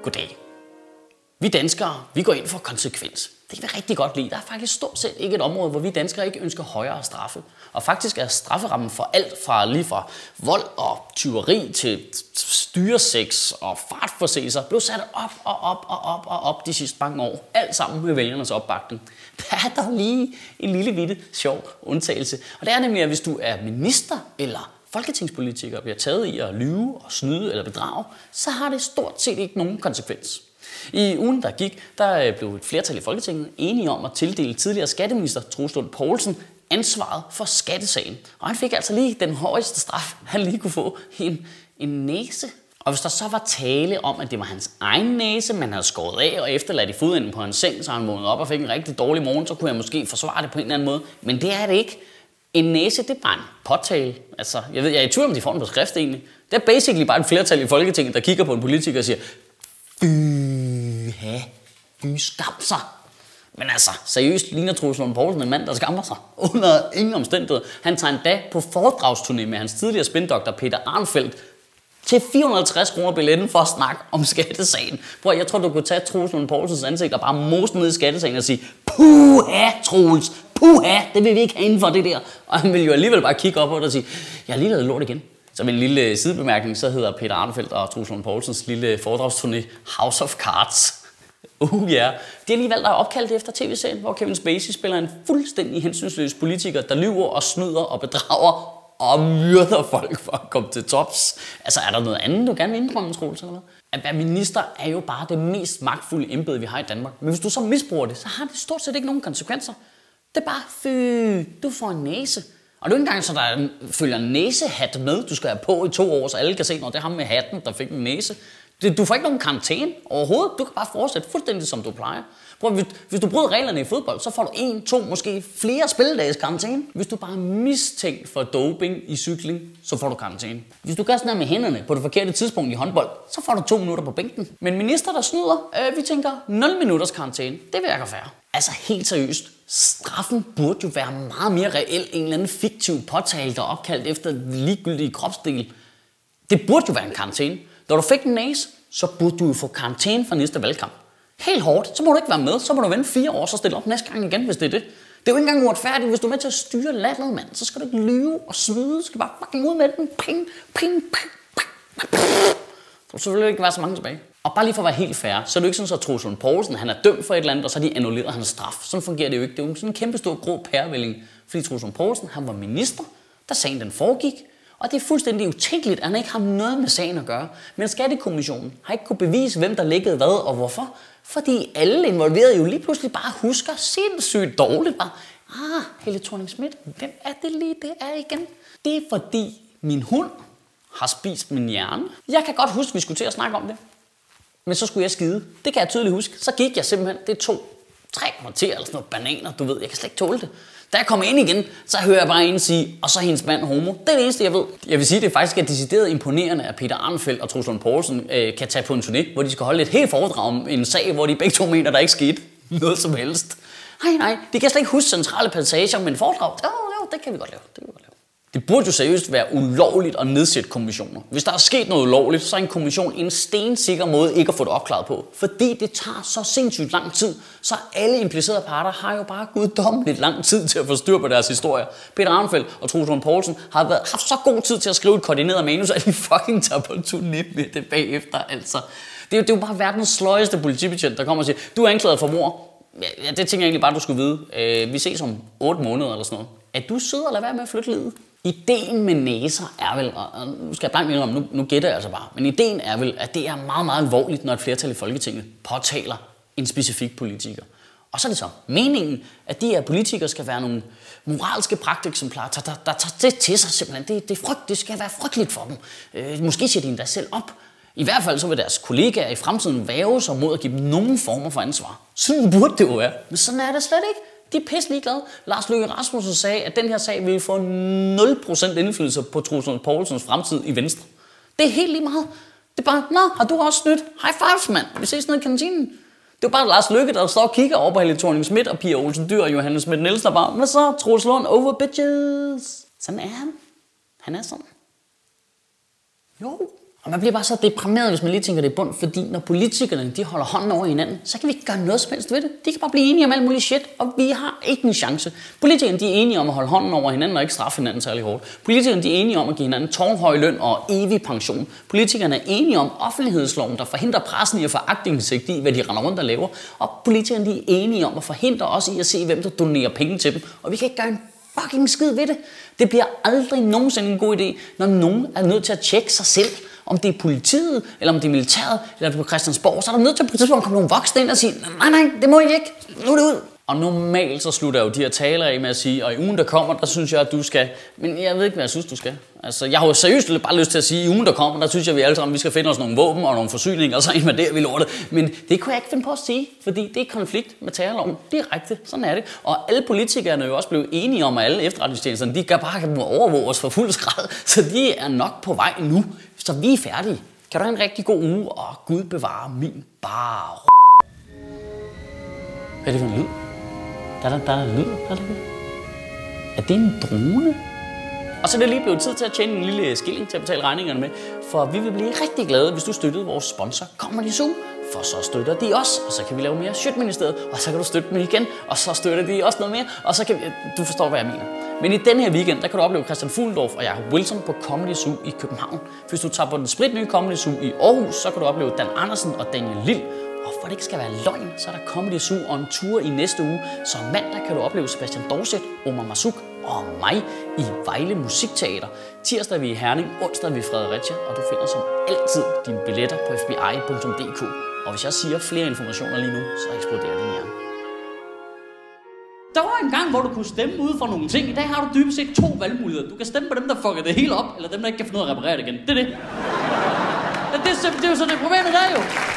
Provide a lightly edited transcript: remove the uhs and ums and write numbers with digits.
Goddag. Vi danskere, vi går ind for konsekvens. Det kan vi rigtig godt lide. Der er faktisk stort set ikke et område, hvor vi danskere ikke ønsker højere straffe. Og faktisk er strafferammen for alt lige fra vold og tyveri til styresex og fartforseelser blevet sat op de sidste mange år. Alt sammen med vælgernes opbakning. Der er dog lige en lille bitte sjov undtagelse. Og det er nemlig, at hvis du er minister eller folketingspolitiker og bliver taget i at lyve og snyde eller bedrage, så har det stort set ikke nogen konsekvens. I ugen, der gik, der blev et flertal i Folketinget enige om at tildele tidligere skatteminister Troels Lund Poulsen ansvaret for skattesagen. Og han fik altså lige den højeste straf, han lige kunne få, en næse. Og hvis der så var tale om, at det var hans egen næse, man havde skåret af og efterladt i fodenden på hans seng, så han vågnede op og fik en rigtig dårlig morgen, så kunne jeg måske forsvare det på en eller anden måde. Men det er det ikke. En næse, det er bare en påtale. Altså, jeg er i tvivl om, de får den på skrift egentlig. Det er basically bare et flertal i Folketinget, der kigger på en politiker og siger, fy skam sig. Men altså, seriøst ligner Troels Lund Poulsen en mand, der skammer sig. Under ingen omstændighed. Han tager en dag på foredragsturné med hans tidligere spindoktor Peter Arnfeldt til 450 kroner billetten for at snakke om skattesagen. Prøv, jeg tror, du kunne tage Troels Lund Poulsens ansigt og bare mose ned i skattesagen og sige, puha, Troels, puha, det vil vi ikke have inden for det der. Og han vil jo alligevel bare kigge op på det og sige, jeg har lige lavet lort igen. Som en lille sidebemærkning, så hedder Peter Arnfeldt og Troels Lund Poulsens lille foredragsturné House of Cards. Yeah. De har lige valgt at opkalde det efter tv-serien, hvor Kevin Spacey spiller en fuldstændig hensynsløs politiker, der lyver og snyder og bedrager og myrder folk for at komme til tops. Altså, er der noget andet, du gerne vil indrømme, Troels, eller hvad? At være minister er jo bare det mest magtfulde embede, vi har i Danmark. Men hvis du så misbruger det, så har det stort set ikke nogen konsekvenser. Det er bare, du får en næse. Og det er ikke engang så, der følger næsehat med, du skal have på i 2 år, så alle kan se, når det er ham med hatten, der fik en næse. Du får ikke nogen karantæne overhovedet. Du kan bare fortsætte fuldstændig, som du plejer. Prøv, hvis du bryder reglerne i fodbold, så får du 1, 2, måske flere spilledages karantæne. Hvis du bare er mistænkt for doping i cykling, så får du karantæne. Hvis du gør sådan her med hænderne på det forkerte tidspunkt i håndbold, så får du 2 minutter på bænken. Men minister, der snyder, vi tænker 0 minutters karantæne. Det virker fair. Altså helt seriøst. Straffen burde jo være meget mere reel. En eller anden fiktiv påtale, der er opkaldt efter ligegyldige kropsdel. Det burde jo være en karantæne. Når du fik en næse, så burde du jo få karantæne fra næste valgkamp. Helt hårdt, så må du ikke være med. Så må du vente 4 år, så stille op næste gang igen, hvis det er det. Det er jo ikke engang uretfærdigt. Hvis du er med til at styre landet, mand, så skal du ikke lyve og snyde. Du skal bare fucking ud med den. Ping, ping, ping, ping. Der vil selvfølgelig ikke være så mange tilbage. Og bare lige for at være helt fair, så er det jo ikke sådan, at Troels Lund Poulsen, han er dømt for et eller andet, og så har de annulleret hans straf. Sådan fungerer det jo ikke. Det er jo sådan en kæmpe stor grå pærevælling. Fordi Troels Lund Poulsen, han var minister, da sagen den foregik. Og det er fuldstændig utænkeligt, at han ikke har noget med sagen at gøre. Men Skattekommissionen har ikke kunne bevise, hvem der lækkede hvad og hvorfor. Fordi alle involverede jo lige pludselig bare husker sindssygt dårligt. Bare, Helle Thorning-Schmidt, hvem er det lige, det er igen? Det er fordi min hund har spist min hjerne. Jeg kan godt huske, at vi skulle til at snakke om det. Men så skulle jeg skide. Det kan jeg tydeligt huske. Så gik jeg simpelthen, det tog 3 kvarter eller sådan noget bananer, du ved. Jeg kan slet ikke tåle det. Da jeg kommer ind igen, så hører jeg bare en sige, og så hendes mand homo. Det er det eneste, jeg ved. Jeg vil sige, det faktisk er decideret imponerende, at Peter Arnfeldt og Troels Lund Poulsen kan tage på en turné, hvor de skal holde et helt foredrag om en sag, hvor de begge to mener, der ikke skete noget som helst. Nej, de kan slet ikke huske centrale passager, men foredrag, jo, det kan vi godt lave. Det burde jo seriøst være ulovligt at nedsætte kommissioner. Hvis der er sket noget ulovligt, så er en kommission en stensikker måde ikke at få det opklaret på. Fordi det tager så sindssygt lang tid, så alle implicerede parter har jo bare guddommeligt lang tid til at få styr på deres historier. Peter Arnfeldt og Troels Lund Poulsen har haft så god tid til at skrive et koordineret manus, at de fucking tager på turné med det bagefter. Altså. Det er jo bare verdens sløjeste politibetjent, der kommer og siger, du er anklaget for mord. Ja, det tænker jeg egentlig bare, du skulle vide. Vi ses om 8 måneder eller sådan noget. Er du sød at lade være med at flytte livet? Ideen med næser er vel, og nu skal jeg blankt mene om, nu gætter jeg altså bare, men ideen er vel, at det er meget, meget alvorligt, når et flertal i Folketinget påtaler en specifik politiker. Og så er det så meningen, at de her politikere skal være nogle moralske pragteksemplarer, der tager det til sig simpelthen. Det skal være frygteligt for dem. Måske siger de endda selv op. I hvert fald så vil deres kollegaer i fremtiden væve sig mod at give dem nogen former for ansvar. Sådan burde det jo være. Men sådan er det slet ikke. De er pisse ligeglade. Lars Løkke Rasmussen sagde, at den her sag ville få 0% indflydelse på Troels Lund Poulsens fremtid i Venstre. Det er helt lige meget. Det er bare, har du også snydt? High fives, mand. Vi ses nede i kantinen. Det er bare Lars Løkke, der står og kigger over på Helle Thorning-Schmidt og Pia Olsen Dyhr og Johannes Schmidt-Nielsen og bare, hvad så? Troels Lund over bitches. Sådan er han. Han er sådan. Jo. Og man bliver bare så deprimeret, hvis man lige tænker det i bund, fordi når politikerne de holder hånden over hinanden, så kan vi ikke gøre noget som helst ved det. De kan bare blive enige om alt muligt shit, og vi har ikke en chance. Politikerne de er enige om at holde hånden over hinanden og ikke straffe hinanden særlig hårdt. Politikerne de er enige om at give hinanden tårnhøj løn og evig pension. Politikerne er enige om offentlighedsloven, der forhindrer pressen i at få aktindsigt i, hvad de render rundt og laver. Og politikerne de er enige om at forhindre os i at se, hvem der donerer penge til dem. Og vi kan ikke gøre en fucking skid ved det. Det bliver aldrig nogensinde en god idé, når nogen er nødt til at tjekke sig selv. Om det er politiet, eller om det er militæret, eller det er på Christiansborg, så er der nødt til at på et tidspunkt komme nogle voksne ind og sige, nej, det må I ikke, nu er det ud. Og normalt så slutter jeg jo de her taler af med at sige, og i ugen der kommer, der synes jeg, at du skal, men jeg ved ikke, hvad jeg synes, du skal. Altså, jeg har jo seriøst bare lyst til at sige, at i ugen der kommer, der synes jeg, vi alle sammen, vi skal finde os nogle våben og nogle forsyninger, og så invaderer vi lortet. Men det kunne jeg ikke finde på at sige, fordi det er konflikt med terrorloven direkte. Sådan er det. Og alle politikerne er jo også blevet enige om, at alle efterretningstjenesterne, de kan bare overvåge os for fuld skrald, så de er nok på vej nu. Så vi er færdige. Kan du have en rigtig god uge, og Gud bevare min bar. Hvad er det for en lyd? Der er en lyd. Er det en drone? Og så er det lige blevet tid til at tjene en lille skilling til at betale regningerne med. For vi vil blive rigtig glade, hvis du støttede vores sponsor Comedy Zoo. For så støtter de os, og så kan vi lave mere Shitministeriet. Og så kan du støtte dem igen, og så støtter de også noget mere. Og så kan vi... Du forstår, hvad jeg mener. Men i den her weekend, der kan du opleve Christian Fuglendorf og Jacob Wilson på Comedy Zoo i København. Hvis du tager på den spritnye Comedy Zoo i Aarhus, så kan du opleve Dan Andersen og Daniel Lille. Og for det ikke skal være løgn, så er der Comedy Zoo on tour i næste uge. Så mandag kan du opleve Sebastian Dorset, Omar Masuk og mig i Vejle Musikteater. Tirsdag er vi i Herning, onsdag er vi i Fredericia, og du finder som altid dine billetter på fbi.dk. Og hvis jeg siger flere informationer lige nu, så eksploderer din hjerne. Der var en gang, hvor du kunne stemme ud for nogle ting. I dag har du dybest set 2 valgmuligheder. Du kan stemme på dem, der fucker det hele op, eller dem, der ikke kan finde ud af at reparere det igen. Det er det. Det er jo så det problemet der jo.